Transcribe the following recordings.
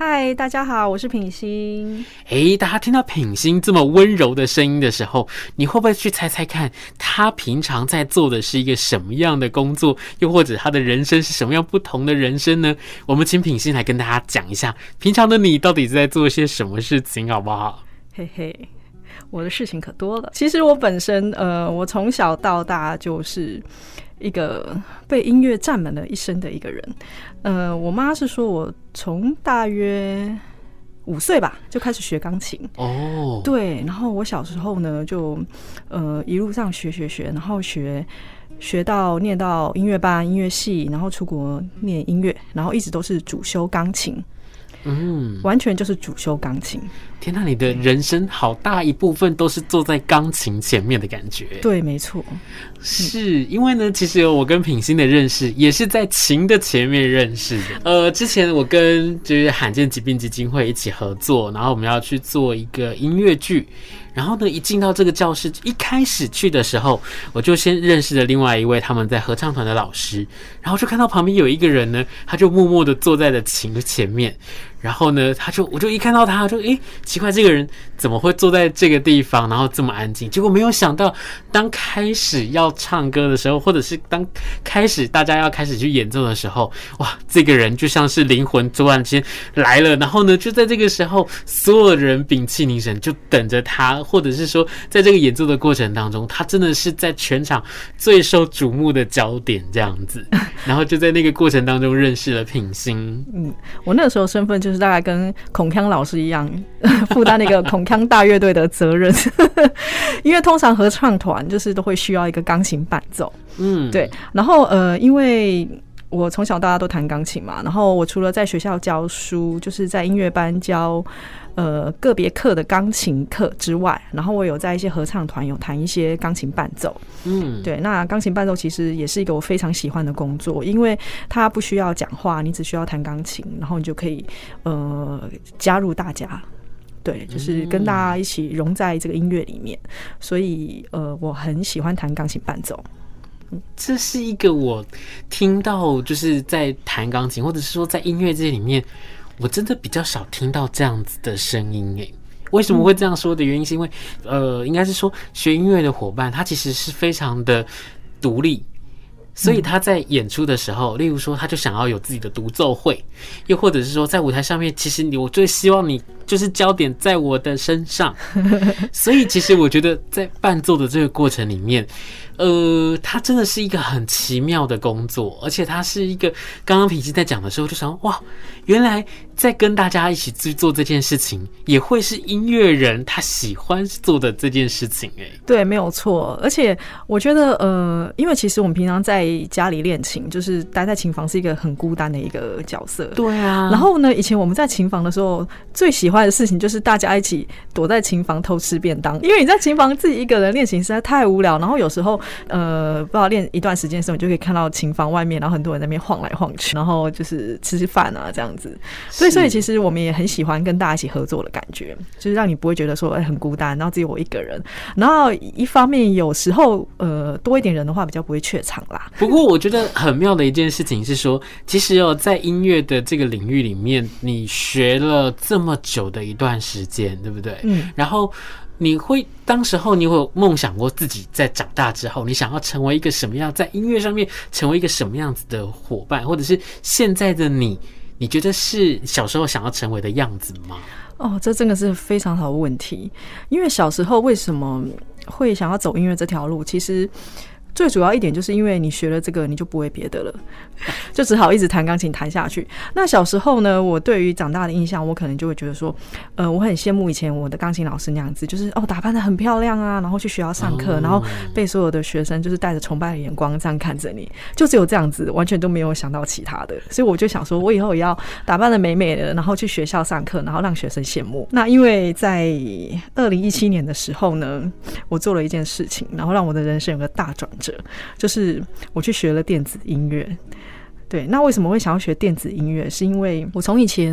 嗨，大家好，我是品心。 大家听到品心这么温柔的声音的时候，你会不会去猜猜看，他平常在做的是一个什么样的工作，又或者他的人生是什么样不同的人生呢？我们请品心来跟大家讲一下，平常的你到底在做些什么事情，好不好？ 嘿嘿，我的事情可多了。其实我本身，我从小到大就是一个被音乐占满了一生的一个人。我妈是说我从大约5岁吧就开始学钢琴哦，对，然后我小时候呢就一路上学，然后学到念到音乐班、音乐系，然后出国念音乐，然后一直都是主修钢琴。完全就是主修钢琴。 天哪，你的人生好大一部分都是坐在钢琴前面的感觉。 对，没错。 是因为呢，其实我跟品心的认识也是在琴的前面认识的。之前我跟就是罕见疾病基金会一起合作，然后我们要去做一个音乐剧。然后呢，一进到这个教室，一开始去的时候，我就先认识了另外一位他们在合唱团的老师，然后就看到旁边有一个人呢，他就默默的坐在了琴的前面。然后呢，我就一看到他，就奇怪，这个人怎么会坐在这个地方，然后这么安静？结果没有想到，当开始要唱歌的时候，或者是当开始大家要开始去演奏的时候，哇，这个人就像是灵魂突然间来了。然后呢，就在这个时候，所有人屏气凝神，就等着他，或者是说，在这个演奏的过程当中，他真的是在全场最受瞩目的焦点这样子。然后就在那个过程当中认识了品心。 我那个时候身份就是大概跟孔锵老师一样，负担那个孔锵大乐队的责任。因为通常合唱团就是都会需要一个钢琴伴奏。对。然后因为我从小到大都弹钢琴嘛，然后我除了在学校教书，就是在音乐班教个别课的钢琴课之外，然后我有在一些合唱团有弹一些钢琴伴奏。对，那钢琴伴奏其实也是一个我非常喜欢的工作，因为它不需要讲话，你只需要弹钢琴，然后你就可以加入大家。对，就是跟大家一起融在这个音乐里面，所以我很喜欢弹钢琴伴奏。 这是一个我听到就是在弹钢琴，或者是说在音乐界里面，我真的比较少听到这样子的声音耶。为什么会这样说的原因是因为应该是说学音乐的伙伴他其实是非常的独立，所以他在演出的时候，例如说他就想要有自己的独奏会，又或者是说在舞台上面，其实我最希望你就是焦点在我的身上。所以其实我觉得在伴奏的这个过程里面，它真的是一个很奇妙的工作，而且它是一个刚刚品心在讲的时候就想，哇，原来在跟大家一起去做这件事情，也会是音乐人他喜欢做的这件事情。 对，没有错。而且我觉得因为其实我们平常在家里练琴，就是待在琴房是一个很孤单的一个角色。 对啊。 然后呢，以前我们在琴房的时候，最喜欢的事情就是大家一起躲在琴房偷吃便当，因为你在琴房自己一个人练琴实在太无聊。然后有时候不知道练一段时间的时候，你就可以看到琴房外面，然后很多人在那边晃来晃去，然后就是吃饭啊这样子。所以其实我们也很喜欢跟大家一起合作的感觉，就是让你不会觉得说很孤单，然后只有我一个人。然后一方面有时候多一点人的话比较不会怯场啦。 不过我觉得很妙的一件事情是说，其实在音乐的这个领域里面，你学了这么久的一段时间，对不对？然后当时候你会有梦想过自己在长大之后，你想要成为一个什么样，在音乐上面成为一个什么样子的伙伴，或者是现在的你觉得是小时候想要成为的样子吗？ 这真的是非常好的问题。因为小时候为什么会想要走音乐这条路，其实最主要一点就是因为你学了这个，你就不会别的了，就只好一直弹钢琴弹下去。那小时候呢，我对于长大的印象，我可能就会觉得说，我很羡慕以前我的钢琴老师那样子，就是打扮得很漂亮啊，然后去学校上课，然后被所有的学生就是带着崇拜的眼光这样看着你，就只有这样子，完全都没有想到其他的。所以我就想说，我以后也要打扮得美美的，然后去学校上课，然后让学生羡慕。那因为在2017年的时候呢，我做了一件事情，然后让我的人生有个大转折，就是我去学了电子音乐。对，那为什么会想要学电子音乐？是因为我从以前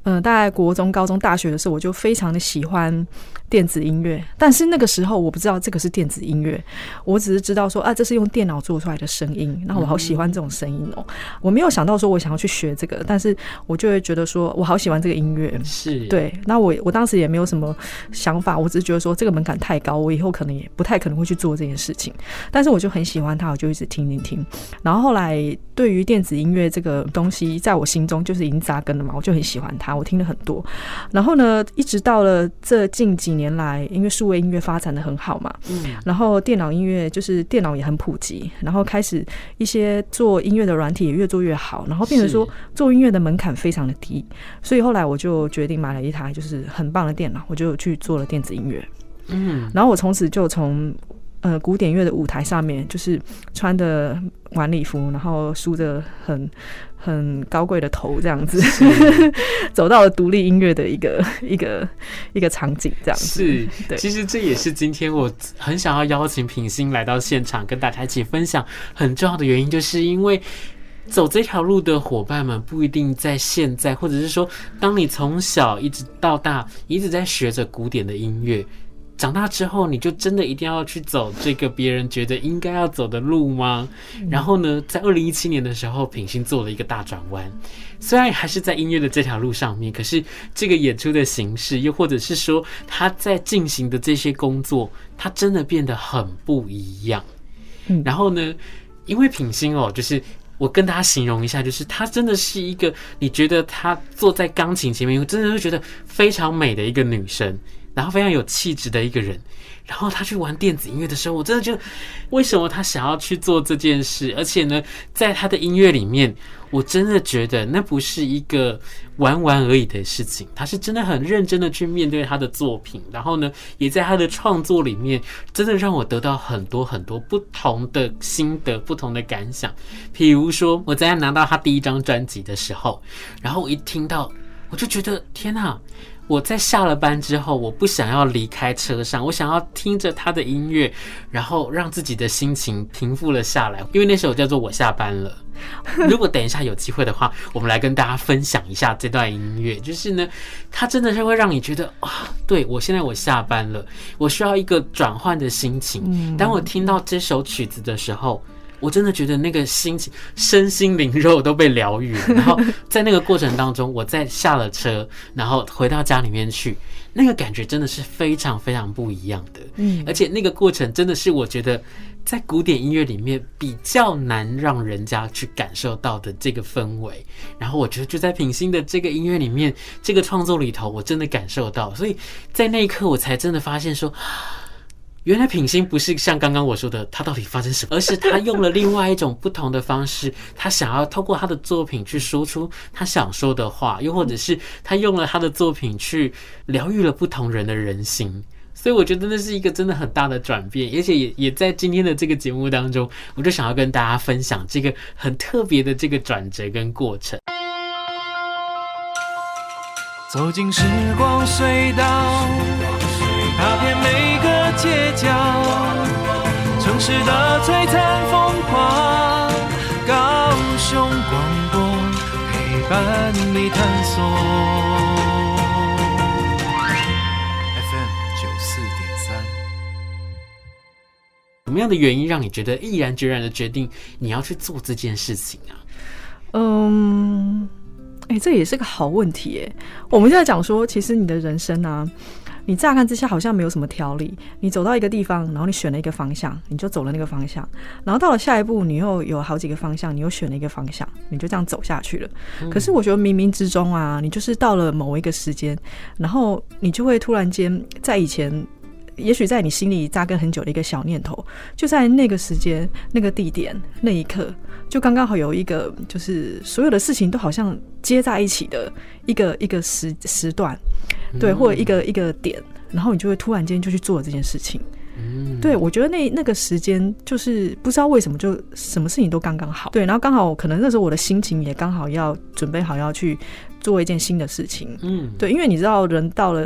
大概国中、高中、大学的时候，我就非常的喜欢电子音乐，但是那个时候我不知道这个是电子音乐，我只是知道说啊，这是用电脑做出来的声音，然后我好喜欢这种声音哦。我没有想到说我想要去学这个，但是我就会觉得说我好喜欢这个音乐， 是对。那我当时也没有什么想法，我只是觉得说这个门槛太高，我以后可能也不太可能会去做这件事情。但是我就很喜欢它，我就一直听。然后后来对于电子音乐这个东西，在我心中就是已经扎根了嘛，我就很喜欢它，我听了很多。然后呢，一直到了这近几年来，因为数位音乐发展的很好嘛，然后电脑音乐就是电脑也很普及，然后开始一些做音乐的软体也越做越好，然后变成说做音乐的门槛非常的低，所以后来我就决定买了一台就是很棒的电脑，我就去做了电子音乐。然后我从此就从古典乐的舞台上面，就是穿的晚礼服，然后梳着很高贵的头这样子走到了独立音乐的一个场景这样子。 是，对，其实这也是今天我很想要邀请品心来到现场跟大家一起分享很重要的原因，就是因为走这条路的伙伴们不一定在现在，或者是说当你从小一直到大一直在学着古典的音乐，长大之后你就真的一定要去走这个别人觉得应该要走的路吗？然后呢，在2017年的时候，品心做了一个大转弯，虽然还是在音乐的这条路上面，可是这个演出的形式，又或者是说他在进行的这些工作，他真的变得很不一样。然后呢，因为品心就是我跟大家形容一下，就是她真的是一个你觉得她坐在钢琴前面，真的会觉得非常美的一个女生，然后非常有气质的一个人。然后她去玩电子音乐的时候，我真的觉得为什么她想要去做这件事，而且呢，在她的音乐里面，我真的觉得那不是一个玩玩而已的事情，她是真的很认真的去面对她的作品，然后呢，也在她的创作里面，真的让我得到很多很多不同的心得、不同的感想。比如说，我在拿到她第一张专辑的时候，然后我一听到，我就觉得天哪！我在下了班之后，我不想要离开车上，我想要听着他的音乐，然后让自己的心情平复了下来。因为那首叫做《我下班了》。如果等一下有机会的话，我们来跟大家分享一下这段音乐。就是呢，它真的是会让你觉得对，我现在我下班了，我需要一个转换的心情。当我听到这首曲子的时候，我真的觉得那个心情、身心灵肉都被疗愈了。然后在那个过程当中，我在下了车，然后回到家里面去，那个感觉真的是非常非常不一样的。而且那个过程真的是我觉得在古典音乐里面比较难让人家去感受到的这个氛围。然后我觉得就在品心的这个音乐里面，这个创作里头，我真的感受到。所以在那一刻，我才真的发现说，原来品心不是像刚刚我说的他到底发生什么，而是他用了另外一种不同的方式，他想要透过他的作品去说出他想说的话，又或者是他用了他的作品去疗愈了不同人的人心。所以我觉得那是一个真的很大的转变，而且也在今天的这个节目当中，我就想要跟大家分享这个很特别的这个转折跟过程。 走进时光隧道，踏遍每个街角，城市的璀璨风华，高雄广播陪伴你探索。FM 94.3。 什么样的原因让你觉得毅然决然的决定你要去做这件事情啊？ 这也是个好问题耶。我们现在讲说，其实你的人生啊，你乍看之下好像没有什么条理，你走到一个地方，然后你选了一个方向，你就走了那个方向，然后到了下一步，你又有好几个方向，你又选了一个方向，你就这样走下去了。可是我觉得冥冥之中啊，你就是到了某一个时间，然后你就会突然间在以前也许在你心里扎根很久的一个小念头，就在那个时间、那个地点、那一刻，就刚刚好有一个，就是所有的事情都好像接在一起的一个时段，对，或者一个点，然后你就会突然间就去做了这件事情。对，我觉得那个时间就是不知道为什么就什么事情都刚刚好，对，然后刚好可能那时候我的心情也刚好要准备好要去做一件新的事情，对，因为你知道人到了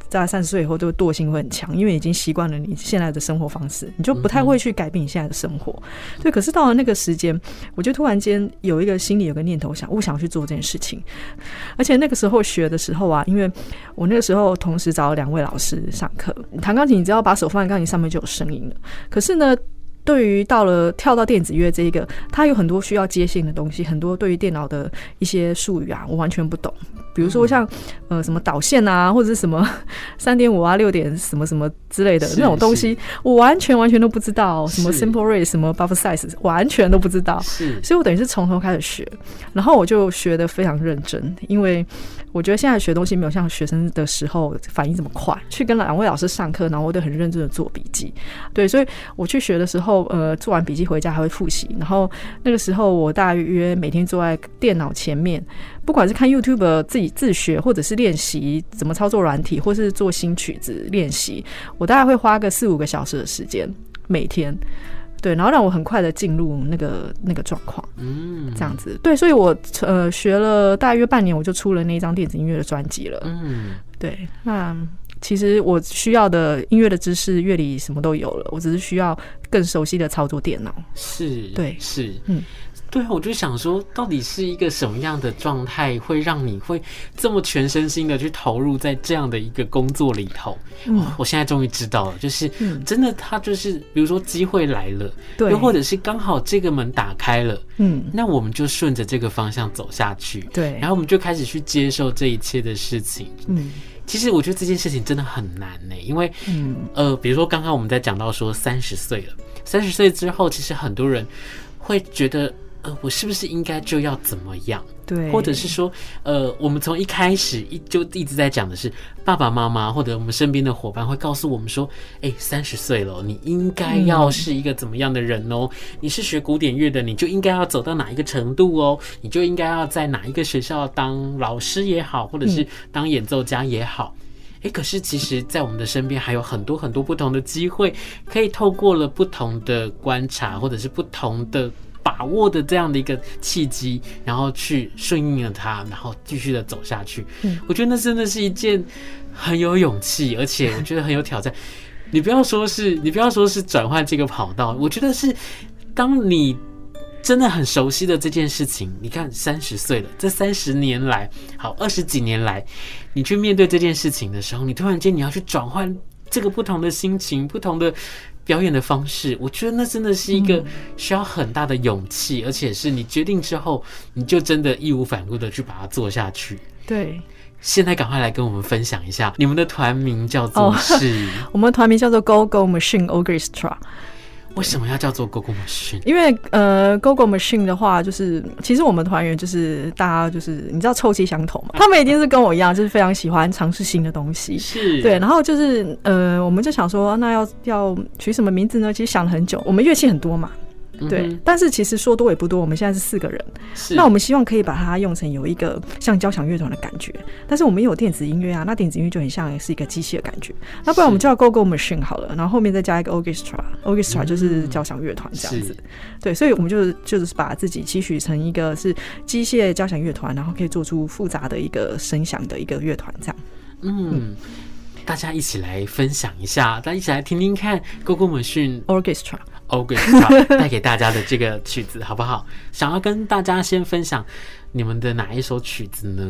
在30岁以后都惰性会很强，因为已经习惯了你现在的生活方式，你就不太会去改变你现在的生活。对，可是到了那个时间，我就突然间有一个心里有个念头我想去做这件事情。而且那个时候学的时候啊，因为我那个时候同时找了2位老师上课，弹钢琴你只要把手放在钢琴上面就有声音了。可是呢，对于跳到电子乐这一个，它有很多需要接线的东西，很多对于电脑的一些术语啊，我完全不懂。比如说像什么导线啊，或者是什么3.5啊、6点什么什么之类的那种东西，我完全都不知道。什么 sample rate、什么 buffer size， 完全都不知道。所以我等于是从头开始学，然后我就学得非常认真，因为我觉得现在学东西没有像学生的时候反应这么快。去跟2位老师上课，然后我都很认真的做笔记。对，所以我去学的时候，做完笔记回家还会复习。然后那个时候我大约每天坐在电脑前面，不管是看 YouTube 自己自学，或者是练习怎么操作软体，或是做新曲子练习，我大概会花个4-5个小时的时间每天。对，然后让我很快的进入那个状况，这样子。对，所以我学了大约半年，我就出了那一张电子音乐的专辑了。对，那其实我需要的音乐的知识、乐理什么都有了，我只是需要更熟悉的操作电脑。 是， 对， 是，对啊，我就想说，到底是一个什么样的状态，会让你会这么全身心的去投入在这样的一个工作里头？我现在终于知道了，就是真的，它就是比如说机会来了，对，又或者是刚好这个门打开了，那我们就顺着这个方向走下去，对，然后我们就开始去接受这一切的事情，其实我觉得这件事情真的很难呢，因为比如说刚刚我们在讲到说30岁了，30岁之后，其实很多人会觉得。我是不是应该就要怎么样？对，或者是说，我们从一开始就一直在讲的是爸爸妈妈或者我们身边的伙伴会告诉我们说，30岁了，你应该要是一个怎么样的人哦？你是学古典乐的，你就应该要走到哪一个程度哦？你就应该要在哪一个学校当老师也好，或者是当演奏家也好。可是其实在我们的身边还有很多很多不同的机会，可以透过了不同的观察或者是不同的把握的这样的一个契机，然后去顺应了它，然后继续的走下去。我觉得那真的是一件很有勇气，而且我觉得很有挑战。你不要说是转换这个跑道，我觉得是当你真的很熟悉的这件事情，你看30岁了，这30年来，好20几年来，你去面对这件事情的时候，你突然间你要去转换这个不同的心情，不同的表演的方式，我觉得那真的是一个需要很大的勇气，而且是你决定之后，你就真的义无反顾的去把它做下去。对，现在赶快来跟我们分享一下，你们的团名叫做是？我们团名叫做 Go Go Machine Orchestra。为什么要叫做 Go Go Machine？ 因为Go Go Machine 的话，就是其实我们团员就是大家就是你知道臭气相投嘛，他们一定是跟我一样，就是非常喜欢尝试新的东西。是，对，然后就是我们就想说，那要取什么名字呢？其实想了很久，我们乐器很多嘛。对，但是其实说多也不多，我们现在是4个人，那我们希望可以把它用成有一个像交响乐团的感觉，但是我们又有电子音乐啊，那电子音乐就很像是一个机器的感觉，那不然我们叫 Go Go Machine 好了，然后后面再加一个 Orchestra 就是交响乐团这样子。对，所以我们就是把自己期许成一个是机械交响乐团，然后可以做出复杂的一个声响的一个乐团这样。大家一起来分享一下，大家一起来听听看 Go Go Machine Orchestra 带给大家的这个曲子好不好？想要跟大家先分享你们的哪一首曲子呢？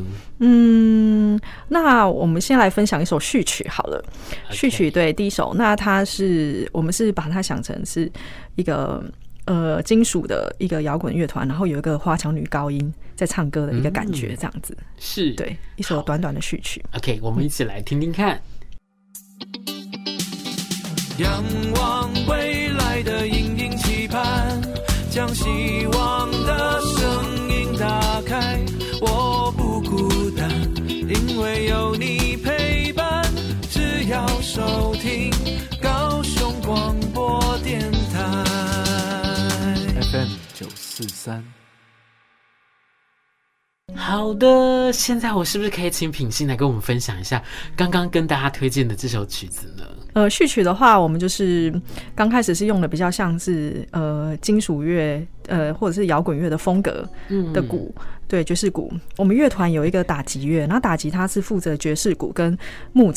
那我们先来分享一首序曲好了。序曲，对，第一首，那我们是把它想成是一个金属的一个摇滚乐团，然后有一个花腔女高音在唱歌的一个感觉，这样子。是，对，一首短短的序曲。OK， 我们一起来听听看。 仰望未来的隐隐期盼，将希望的声音打开。我不孤单，因为有你陪伴。只要收听高雄广播电台 FM 943。 好的，现在我是不是可以请品心来跟我们分享一下刚刚跟大家推荐的这首曲子呢？ 序曲的话，我们就是刚开始是用的比较像是金属乐或者是摇滚乐的风格的鼓，对，爵士鼓。我们乐团有一个打击乐，然后打击它是负责爵士鼓跟木琴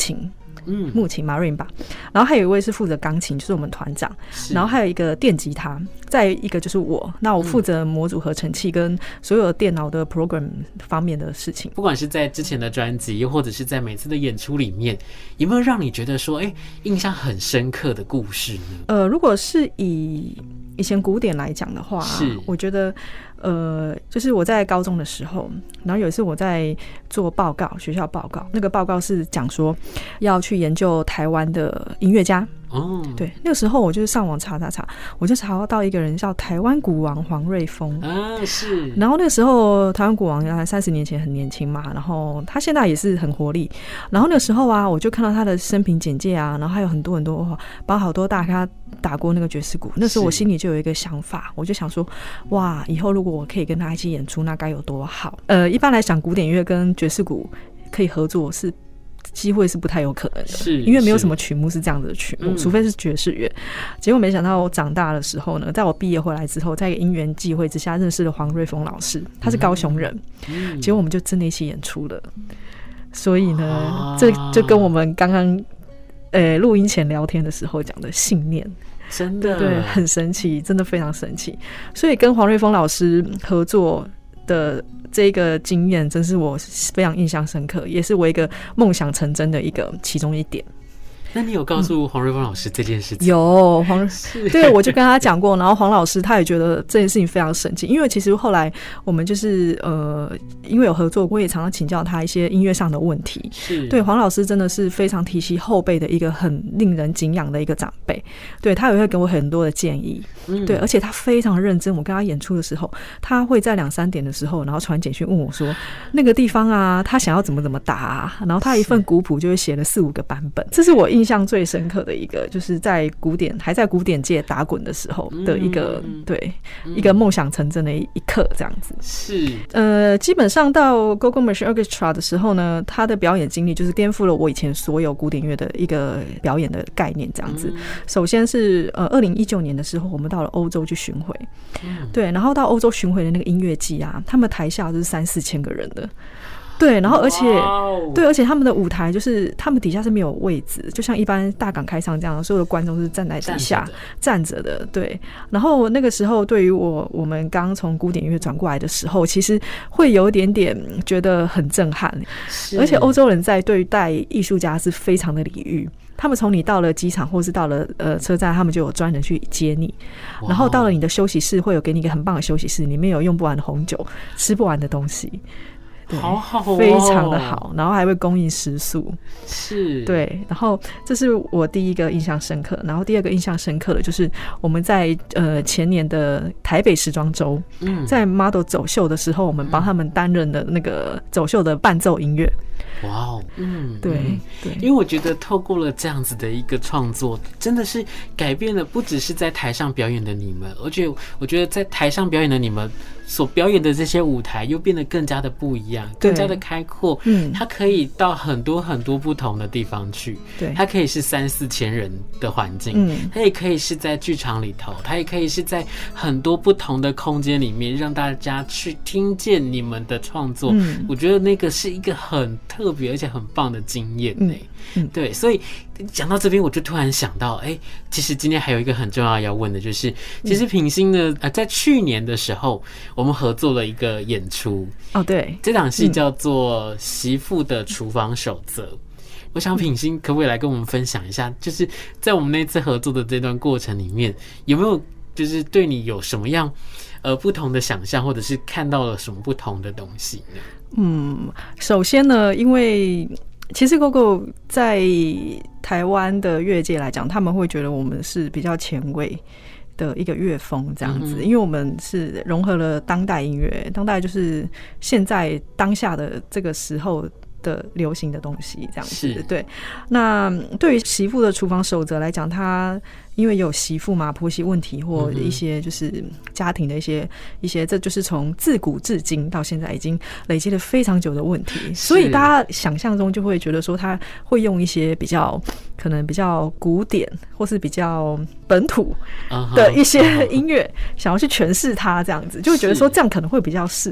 木琴 marimba， 然后还有一位是负责钢琴，就是我们团长，然后还有一个电吉他，再一个就是我，那我负责模组合成器跟所有电脑的 program 方面的事情。 不管是在之前的专辑，又或者是在每次的演出里面，有没有让你觉得说，印象很深刻的故事呢？ 如果是以前古典来讲的话，我觉得就是我在高中的时候，然后有一次我在做报告，学校报告，那个报告是讲说要去研究台湾的音乐家。对，那个时候我就是上网查，我就查到一个人叫台湾鼓王黄瑞丰是。 然后那个时候台湾鼓王30年前很年轻嘛，然后他现在也是很活力。然后那个时候啊，我就看到他的生平简介啊，然后还有很多包好多大咖打过那个爵士鼓。那时候我心里就有一个想法，我就想说，哇，以后如果我可以跟他一起演出，那该有多好。一般来讲，古典乐跟爵士鼓可以合作是机会是不太有可能的，因为没有什么曲目是这样子的曲目，除非是爵士乐。结果没想到我长大的时候呢，在我毕业回来之后，在一个因缘际会之下认识了黄瑞丰老师，他是高雄人，结果我们就真的一起演出了。所以呢，这就跟我们刚刚录音前聊天的时候讲的信念， 真的对，很神奇，真的非常神奇。所以跟黄瑞丰老师合作的这个经验真是我非常印象深刻，也是我一个梦想成真的其中一点。 那你有告诉黄瑞丰老师这件事情？ 有，对，我就跟他讲过，然后黄老师他也觉得这件事情非常神奇，因为其实后来我们就是因为有合作，我也常常请教他一些音乐上的问题。对，黄老师真的是非常提携后辈的一个很令人敬仰的一个长辈，对，他也会给我很多的建议，对，而且他非常认真。我跟他演出的时候，他会在2-3点的时候，然后传简讯问我说那个地方啊，他想要怎么打啊，然后他一份古谱就会写了4-5个版本。这是我印象最深刻的一个，就是在还在古典界打滚的时候的一个对一个梦想成真的一刻，这样子。是基本上到 Go-Go Machine Orchestra 的时候呢，他的表演经历就是颠覆了我以前所有古典乐的一个表演的概念，这样子。首先是2019年的时候，我们到了欧洲去巡回，对，然后到欧洲巡回的那个音乐季啊，他们台下就是3-4千个人的。对，然后而且他们的舞台就是他们底下是没有位置，就像一般大港开唱这样，所有的观众是站在底下站着的。对，然后那个时候对于我们刚从古典乐转过来的时候，其实会有一点点觉得很震撼，而且欧洲人在对待艺术家是非常的礼遇。他们从你到了机场或是到了车站，他们就有专人去接你，然后到了你的休息室，会有给你一个很棒的休息室，里面有用不完的红酒，吃不完的东西。 好好、哦， 非常的好，然后还会供应食宿， 是对，然后这是我第一个印象深刻，然后第二个印象深刻的就是我们在前年的台北时装周，在 model 走秀的时候，我们帮他们担任的那个走秀的伴奏音乐。 哇哦， 对对， 因为我觉得透过了这样子的一个创作，真的是改变了不只是在台上表演的你们，而且我觉得在台上表演的你们所表演的这些舞台又变得更加的不一样，更加的开阔。它可以到很多很多不同的地方去。对，它可以是3-4千人的环境，它也可以是在剧场里头，它也可以是在很多不同的空间里面，让大家去听见你们的创作。我觉得那个是一个很特别而且很棒的经验。对，所以讲到这边，我就突然想到，其实今天还有一个很重要要问的，就是其实品心呢，在去年的时候，我们合作了一个演出。 哦，对， 这档戏叫做《媳妇的厨房守则》。我想品心可不可以来跟我们分享一下，就是在我们那次合作的这段过程里面，有没有就是对你有什么样不同的想象，或者是看到了什么不同的东西呢？ 首先呢，因为其实 Go-Go 在台湾的乐界来讲，他们会觉得我们是比较前卫的一个乐风这样子，因为我们是融合了当代音乐，当代就是现在当下的这个时候的流行的东西这样子。对，那对于媳妇的厨房守则来讲，它因为有媳妇嘛，婆媳问题或一些就是家庭的一些，这就是从自古至今到现在已经累积了非常久的问题，所以大家想象中就会觉得说他会用一些可能比较古典或是比较本土的一些音乐，想要去诠释它这样子，就会觉得说这样可能会比较适合。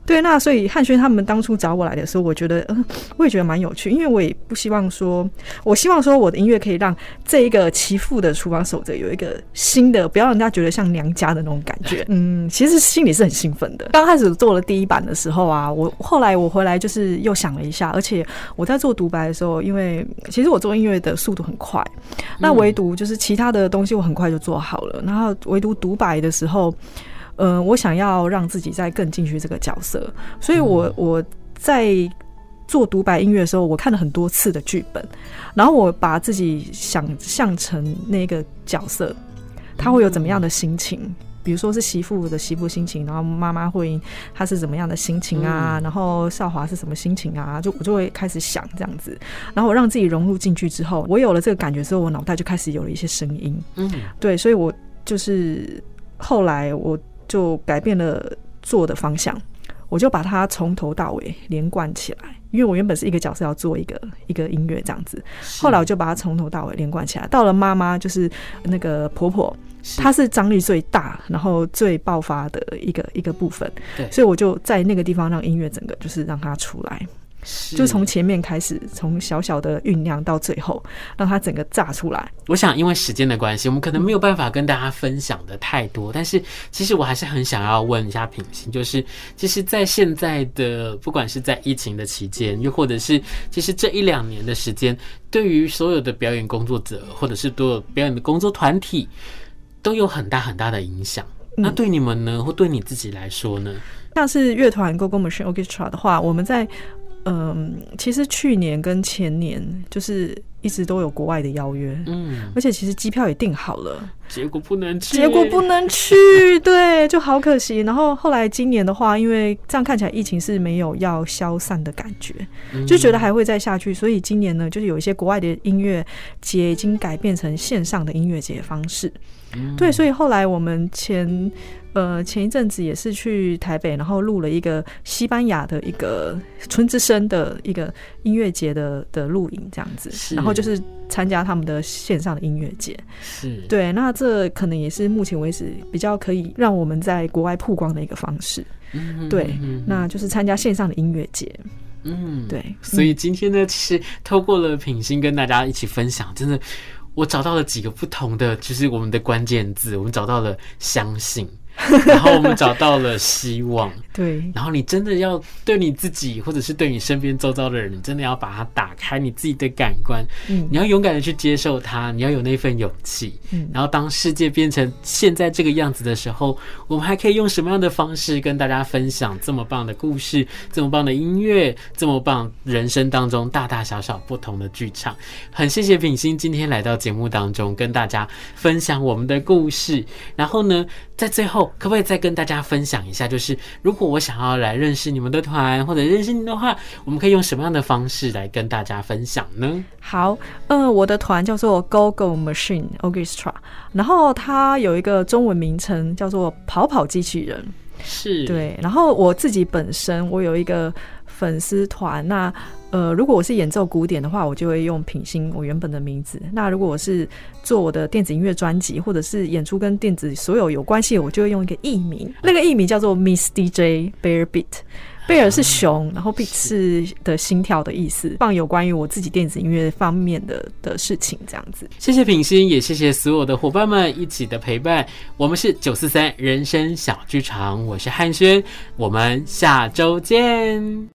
对，那所以汉轩他们当初找我来的时候，我觉得我也觉得蛮有趣，因为我也不希望说，我希望说我的音乐可以让这一个其父的厨房守则有一个新的，不要让人家觉得像娘家的那种感觉。其实心里是很兴奋的。刚开始做了第一版的时候啊，后来我回来就是又想了一下，而且我在做独白的时候，因为其实我做音乐的速度很快，那唯独就是其他的东西我很快就做好了，然后唯独独白的时候。我想要让自己再更进去这个角色，所以我在做独白音乐的时候，我看了很多次的剧本，然后我把自己想象成那个角色，他会有怎么样的心情，比如说是媳妇的媳妇心情，然后妈妈会她是怎么样的心情啊，然后少华是什么心情啊，我就会开始想这样子，然后我让自己融入进去之后，我有了这个感觉之后，我脑袋就开始有了一些声音，对，所以我就是后来我就改变了做的方向，我就把它从头到尾连贯起来，因为我原本是一个角色要做一个音乐这样子，后来我就把它从头到尾连贯起来。到了妈妈就是那个婆婆，她是张力最大，然后最爆发的一个部分，对，所以我就在那个地方让音乐整个就是让它出来。就从前面开始，从小小的酝酿到最后，让它整个炸出来。 我想因为时间的关系，我们可能没有办法跟大家分享的太多，但是其实我还是很想要问一下品心，就是其实在现在的不管是在疫情的期间，又或者是其实这1-2年的时间，对于所有的表演工作者或者是所有表演的工作团体都有很大很大的影响。那对你们呢，或对你自己来说呢？ 像是乐团 Go Go Machine Orchestra 的话，我们在其实去年跟前年就是一直都有国外的邀约，而且其实机票也订好了， 结果不能去，对，就好可惜。然后后来今年的话，因为这样看起来疫情是没有要消散的感觉，就觉得还会再下去，所以今年呢，就是有一些国外的音乐节已经改变成线上的音乐节方式，对，所以后来我们前一阵子也是去台北，然后录了一个西班牙的一个春之声的一个音乐节的录影这样子，然后就是参加他们的线上的音乐节，是对，那这可能也是目前为止比较可以让我们在国外曝光的一个方式，对，那就是参加线上的音乐节。对， 所以今天呢，其实透过了品心跟大家一起分享，真的我找到了几个不同的，就是我们的关键字，我们找到了相信，然后我们找到了希望，对，然后你真的要对你自己或者是对你身边周遭的人，你真的要把它打开你自己的感官，你要勇敢的去接受它，你要有那份勇气，然后当世界变成现在这个样子的时候，我们还可以用什么样的方式跟大家分享这么棒的故事，这么棒的音乐，这么棒人生当中大大小小不同的剧场。很谢谢品心今天来到节目当中跟大家分享我们的故事，然后呢在最后可不可以再跟大家分享一下，就是如果我想要来认识你们的团或者认识你的话，我们可以用什么样的方式来跟大家分享呢？ 好，我的团叫做 Go Go Machine Orchestra， 然后它有一个中文名称叫做跑跑机器人，是对，然后我自己本身我有一个粉丝团，那如果我是演奏古典的话，我就会用品心我原本的名字，那如果我是做我的电子音乐专辑或者是演出跟电子所有关系的，我就会用一个艺名，那个艺名叫做 Miss DJ Bear Beat， 贝尔是熊，然后 beat 是的心跳的意思，放有关于我自己电子音乐方面的事情这样子。 谢谢品心，也谢谢所有的伙伴们一起的陪伴，我们是943人生小剧场，我是汉轩，我们下周见。